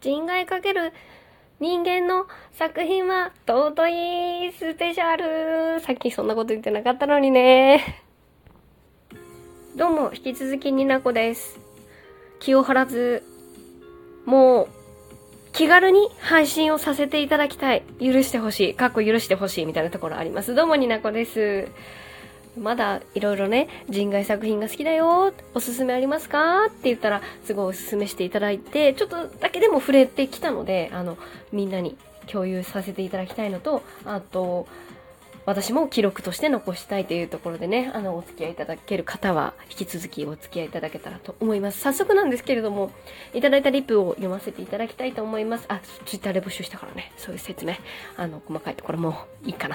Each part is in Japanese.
人外かける人間の作品は尊いスペシャル。さっきそんなこと言ってなかったのにね。どうも、引き続きになこです。気を張らず、もう、気軽に配信をさせていただきたい。許してほしい。許してほしいみたいなところあります。どうもになこです。まだいろいろね、人外作品が好きだよ、おすすめありますかって言ったら、すごいおすすめしていただいて、ちょっとだけでも触れてきたので、みんなに共有させていただきたいのと、あと、私も記録として残したいというところでね、お付き合いいただける方は、引き続きお付き合いいただけたらと思います。早速なんですけれども、いただいたリプを読ませていただきたいと思います。ツイッターで募集したからね、そういう説明、細かいところもいいかなって。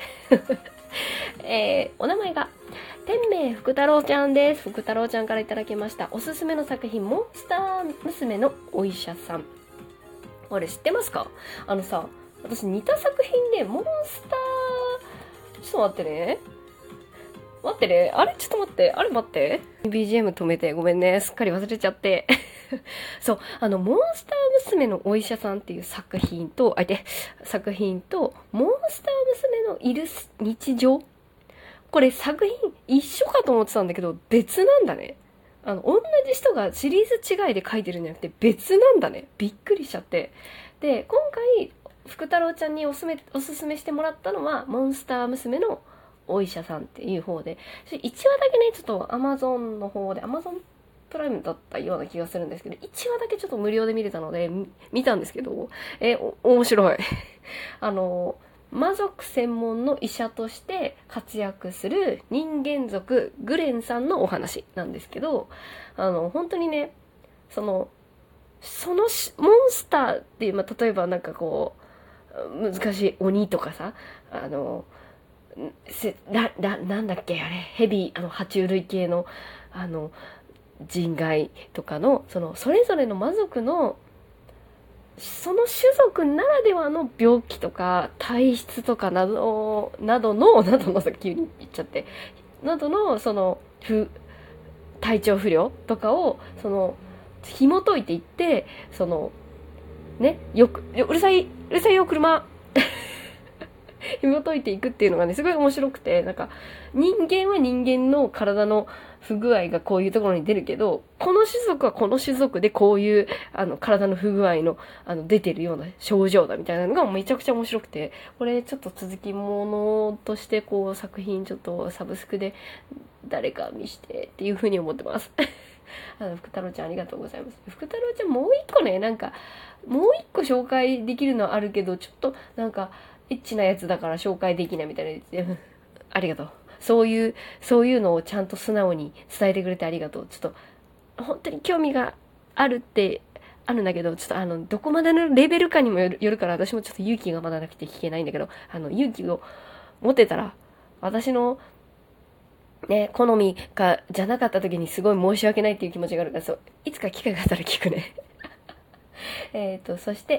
お名前が天命福太郎ちゃんです。福太郎ちゃんからいただきました。おすすめの作品、モンスター娘のお医者さん。あれ知ってますか？私似た作品でモンスター、ちょっと待ってね。待ってね。ちょっと待って。待って。BGM 止めてごめんね。すっかり忘れちゃって。そう、モンスター娘のお医者さんっていう作品と、モンスター娘のいる日常。これ作品一緒かと思ってたんだけど、別なんだね。同じ人がシリーズ違いで書いてるんじゃなくて別なんだね。びっくりしちゃって。で、今回、福太郎ちゃんにおすすめしてもらったのは、モンスター娘のお医者さんっていう方で、1話だけね、ちょっと Amazon の方で、Amazon プライムだったような気がするんですけど、1話だけちょっと無料で見れたので、見たんですけど、面白い。魔族専門の医者として活躍する人間族グレンさんのお話なんですけど、本当にね、そのモンスターっていう、例えばなんかこう、難しい鬼とかさ、なんだっけ、ヘビ、爬虫類系の、人外とかの、それぞれの魔族の、その種族ならではの病気とか体質とかなどのさ、急に言っちゃって、などの体調不良とかを紐解いていって、うるさいよ車紐解いていくっていうのがね、すごい面白くて、なんか人間は人間の体の不具合がこういうところに出るけど、この種族はこの種族でこういう体の不具合の出てるような症状だみたいなのがめちゃくちゃ面白くて、これちょっと続きものとしてこう作品ちょっとサブスクで誰か見してっていう風に思ってます。福太郎ちゃんありがとうございます。福太郎ちゃんもう一個ね、もう一個紹介できるのはあるけど、ちょっとエッチなやつだから紹介できないみたいなやつで、ありがとう。そういうのをちゃんと素直に伝えてくれてありがとう。ちょっと、本当に興味があるんだけど、ちょっとどこまでのレベルかにもよるから、私もちょっと勇気がまだなくて聞けないんだけど、勇気を持ってたら、私の、ね、好みじゃなかった時にすごい申し訳ないっていう気持ちがあるから、いつか機会があったら聞くね。そして、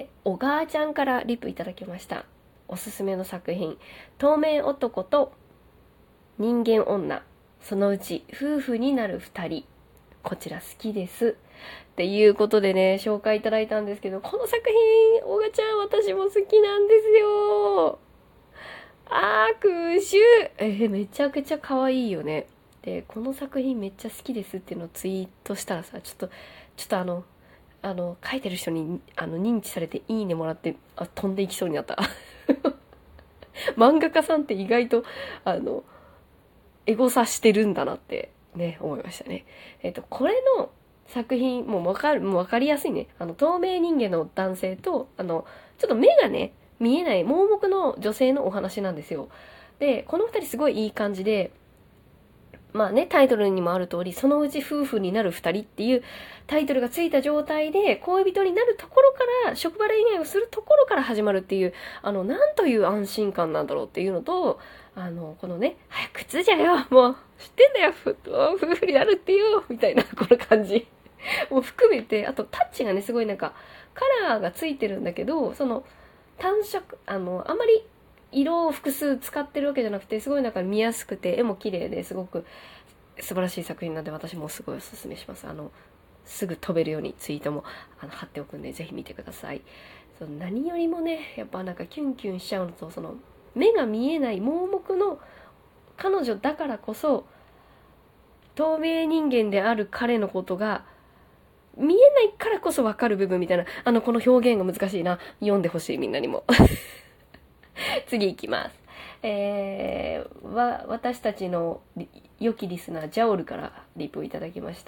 小川ちゃんからリプいただきました。おすすめの作品、透明男と人間女、そのうち夫婦になる二人。こちら好きです。っていうことでね、紹介いただいたんですけど、この作品、小川ちゃん私も好きなんですよ。空襲めちゃくちゃ可愛いよね。で、この作品めっちゃ好きですっていうのをツイートしたらさ、ちょっと書いてる人に認知されていいねもらって飛んでいきそうになった漫画家さんって意外とエゴサしてるんだなってね思いましたね。これの作品もうわかりやすいね。透明人間の男性とちょっと目がね見えない盲目の女性のお話なんですよ。でこの二人すごいいい感じで、タイトルにもある通り、そのうち夫婦になる二人っていうタイトルがついた状態で恋人になるところから、職場恋愛をするところから始まるっていう、なんという安心感なんだろうっていうのと、このね、早く靴じゃよ、もう、知ってんだよ、夫婦になるってよ、みたいな、この感じ。もう含めて、あとタッチがね、すごいカラーがついてるんだけど、単色、あんまり、色を複数使ってるわけじゃなくて、すごい見やすくて、絵も綺麗ですごく素晴らしい作品なんで、私もすごいおすすめします。 すぐ飛べるようにツイートも貼っておくんで、ぜひ見てください。何よりもね、やっぱなんかキュンキュンしちゃうのと、その目が見えない盲目の彼女だからこそ、透明人間である彼のことが見えないからこそ分かる部分みたいな、この表現が難しいな。読んでほしい、みんなにも。次行きます。私たちの良きリスナー、ジャオルからリプをいただきました。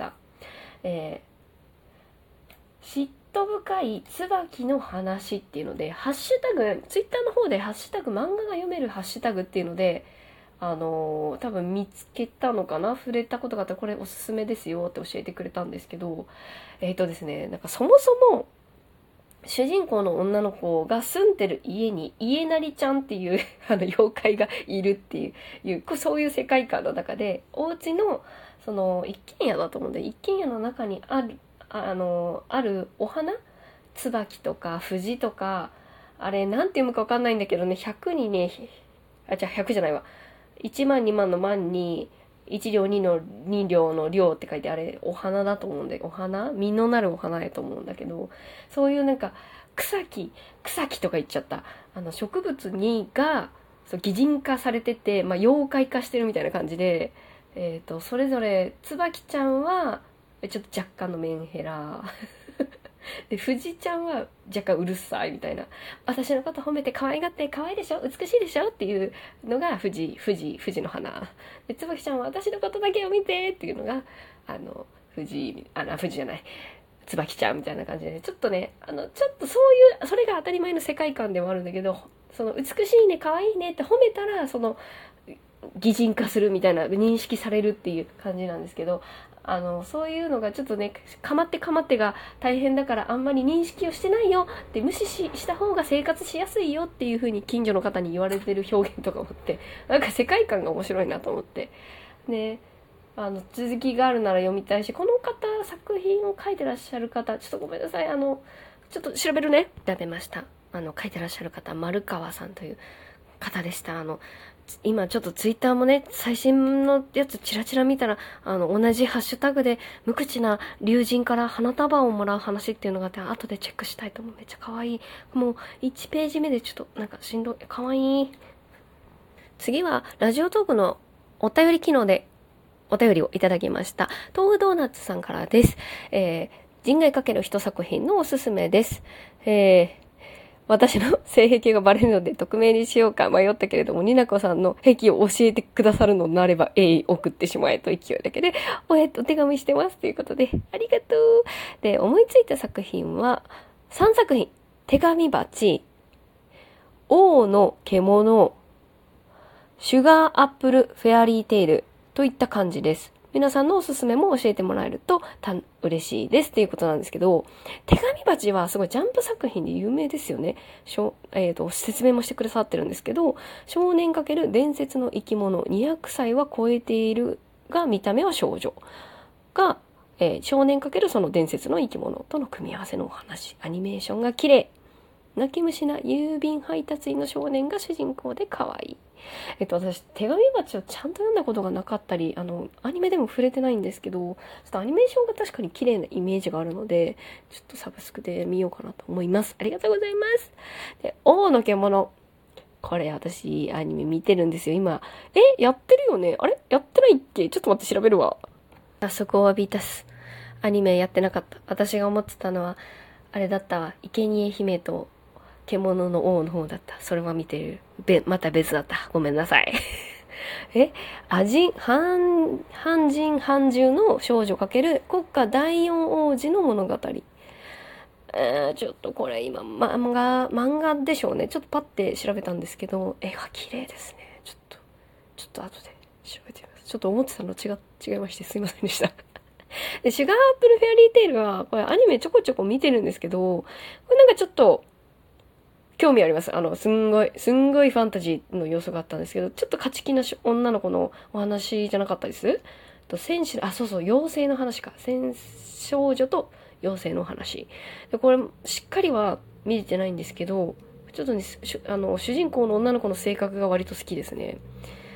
嫉妬深い椿の話っていうので、ハッシュタグ、ツイッターの方でハッシュタグ、漫画が読めるハッシュタグっていうので、多分見つけたのかな、触れたことがあったら、これおすすめですよって教えてくれたんですけど、ですね、なんかそもそも、主人公の女の子が住んでる家に家なりちゃんっていう妖怪がいるっていう、そういう世界観の中で、お家のその一軒家だと思うんで、一軒家の中にあるお花、椿とか藤とか、あれなんて読むかわかんないんだけどね、100にね、100じゃないわ、1万2万の万に1両2の2両の両って書いて、あれお花だと思うんで、お花、実のなるお花やと思うんだけど、そういうなんか草木とか言っちゃった、植物が擬人化されてて、妖怪化してるみたいな感じで、それぞれ椿ちゃんはちょっと若干のメンヘラで、藤ちゃんは若干うるさいみたいな、私のこと褒めて可愛がって可愛いでしょ、美しいでしょっていうのが藤の花で、椿ちゃんは私のことだけを見てっていうのが藤じゃない、椿ちゃんみたいな感じで、ちょっとね、ちょっとそういう、それが当たり前の世界観でもあるんだけど、その美しいね可愛いねって褒めたら、その擬人化するみたいな、認識されるっていう感じなんですけど、そういうのがちょっとね、かまってが大変だから、あんまり認識をしてないよって、無視した方が生活しやすいよっていう風に近所の方に言われてる表現とかもあって、なんか世界観が面白いなと思って。ね、続きがあるなら読みたいし、この方、作品を書いてらっしゃる方、ちょっとごめんなさい、ちょっと調べるね。調べました。書いてらっしゃる方、丸川さんという方でした。今ちょっとツイッターもね、最新のやつチラチラ見たら、同じハッシュタグで無口な竜神から花束をもらう話っていうのがあって、後でチェックしたいと思う。めっちゃ可愛い。もう1ページ目でちょっとなんかしんどい。可愛い。次はラジオトークのお便り機能でお便りをいただきました。豆腐ドーナツさんからです。人外かける一作品のおすすめです。私の性癖がバレるので匿名にしようか迷ったけれども、になこさんの癖を教えてくださるのなれば送ってしまえと勢いだけでお手紙してますということで、ありがとう。で、思いついた作品は3作品。手紙鉢、王の獣、シュガーアップルフェアリーテイルといった感じです。皆さんのおすすめも教えてもらえると嬉しいですっていうことなんですけど、手紙鉢はすごいジャンプ作品で有名ですよね。説明もしてくださってるんですけど、少年×伝説の生き物200歳は超えているが見た目は少女が、少年×その伝説の生き物との組み合わせのお話。アニメーションが綺麗。泣き虫な郵便配達員の少年が主人公で可愛い。私、手紙鉢をちゃんと読んだことがなかったり、アニメでも触れてないんですけど、ちょっとアニメーションが確かに綺麗なイメージがあるので、ちょっとサブスクで見ようかなと思います。ありがとうございます。で、王の獣。これ私、アニメ見てるんですよ、今。やってるよね？あれやってないっけ？ちょっと待って、調べるわ。早速お詫びいたす。アニメやってなかった。私が思ってたのは、あれだったわ。生贄姫と、獣の王の方だった。それは見てる。また別だった。ごめんなさい。半人半獣の少女×国家第四王子の物語。ちょっとこれ今、漫画でしょうね。ちょっとパッて調べたんですけど、絵が綺麗ですね。ちょっと後で調べてみます。ちょっと思ってたの違いましてすいませんでした。で、シュガーアップルフェアリーテイルは、これアニメちょこちょこ見てるんですけど、これなんかちょっと、興味あります。すんごいファンタジーの要素があったんですけど、ちょっと勝ち気な女の子のお話じゃなかったです。妖精の話か。少女と妖精の話。で、これ、しっかりは見れてないんですけど、ちょっとね、主人公の女の子の性格が割と好きですね。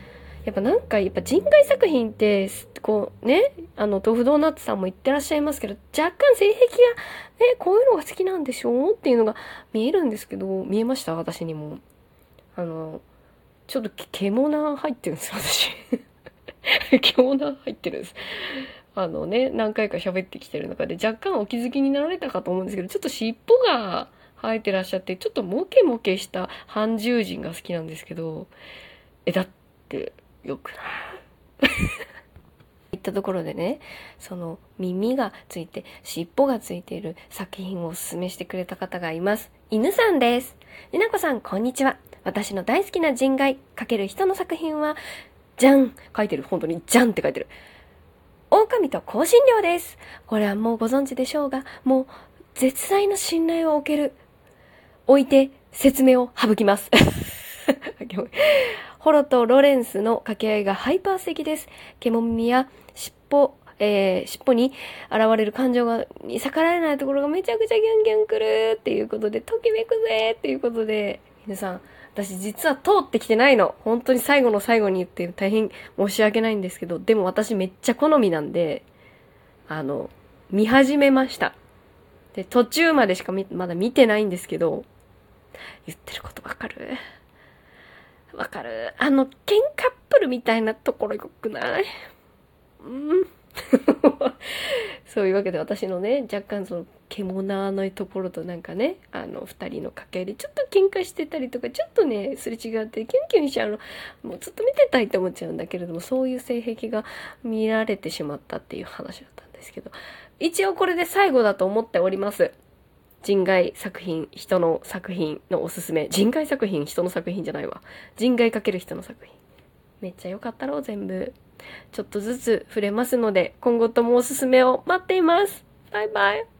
やっぱ人外作品って、こうね、豆腐ドーナツさんも言ってらっしゃいますけど、若干性癖が、ね、こういうのが好きなんでしょうっていうのが見えるんですけど、見えました私にも。ちょっと獣入ってるんですよ、私。獣入ってるんです。何回か喋ってきてる中で若干お気づきになられたかと思うんですけど、ちょっと尻尾が生えてらっしゃって、ちょっとモケモケした半獣人が好きなんですけど、だって、よくない。言ったところでね、その耳がついて尻尾がついている作品をおすすめしてくれた方がいます。犬さんです。になこさん、こんにちは。私の大好きな人外×人の作品は、じゃん書いてる。本当にじゃんって書いてる。狼と香辛料です。これはもうご存知でしょうが、もう絶大な信頼を置いて説明を省きます。ホロとロレンスの掛け合いがハイパー素敵です。獣耳や尻尾に現れる感情に逆らえないところがめちゃくちゃギュンギュンくるっていうことで、ときめくぜっていうことで、皆さん、私実は通ってきてないの。本当に最後の最後に言って大変申し訳ないんですけど、でも私めっちゃ好みなんで、見始めました。で、途中までしかまだ見てないんですけど、言ってることわかる？わかる。喧嘩っぷるみたいなところよくない？そういうわけで私のね、若干その獣のところとなんかね、二人の掛け合いでちょっと喧嘩してたりとか、ちょっとね、すれ違ってキュンキュンしちゃうの、もうずっと見てたいって思っちゃうんだけれども、そういう性癖が見られてしまったっていう話だったんですけど、一応これで最後だと思っております。人外作品、人の作品のおすすめ。人外作品、人の作品じゃないわ。人外×人の作品。めっちゃ良かったろ、全部。ちょっとずつ触れますので、今後ともおすすめを待っています。バイバイ。